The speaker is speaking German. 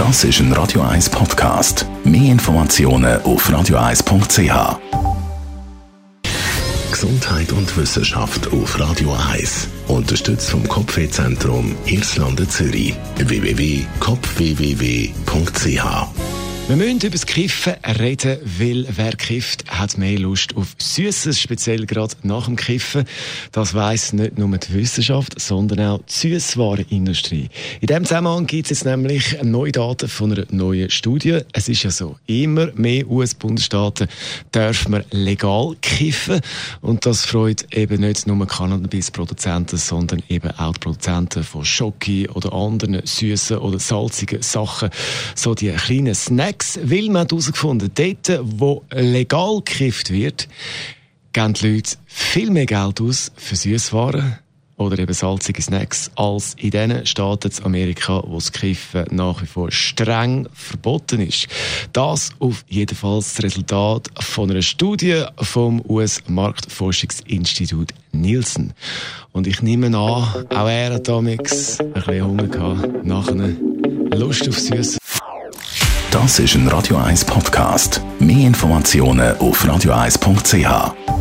Das ist ein Radio 1 Podcast. Mehr Informationen auf radio1.ch. Gesundheit und Wissenschaft auf Radio 1. Unterstützt vom Kopfwehzentrum Irlande Zürich. www.kopfwww.ch. Wir müssen über das Kiffen reden, weil wer kifft, hat mehr Lust auf Süßes, speziell gerade nach dem Kiffen. Das weiss nicht nur die Wissenschaft, sondern auch die Süßwarenindustrie. In diesem Zusammenhang gibt es jetzt nämlich neue Daten von einer neuen Studie. Es ist ja so, immer mehr US-Bundesstaaten dürfen wir legal kiffen. Und das freut eben nicht nur Cannabis-Produzenten, sondern eben auch die Produzenten von Schoki oder anderen süßen oder salzigen Sachen. So die kleinen Snacks. Weil man hat herausgefunden, dort, wo legal gekifft wird, geben die Leute viel mehr Geld aus für Süßwaren oder eben salzige Snacks, als in den Staaten in Amerika, wo das Kiffen nach wie vor streng verboten ist. Das auf jeden Fall das Resultat von einer Studie vom US-Marktforschungsinstitut Nielsen. Und ich nehme an, auch er hat damals ein bisschen Hunger gehabt, nachher Lust auf Süßes. Das ist ein Radio 1 Podcast. Mehr Informationen auf radio1.ch.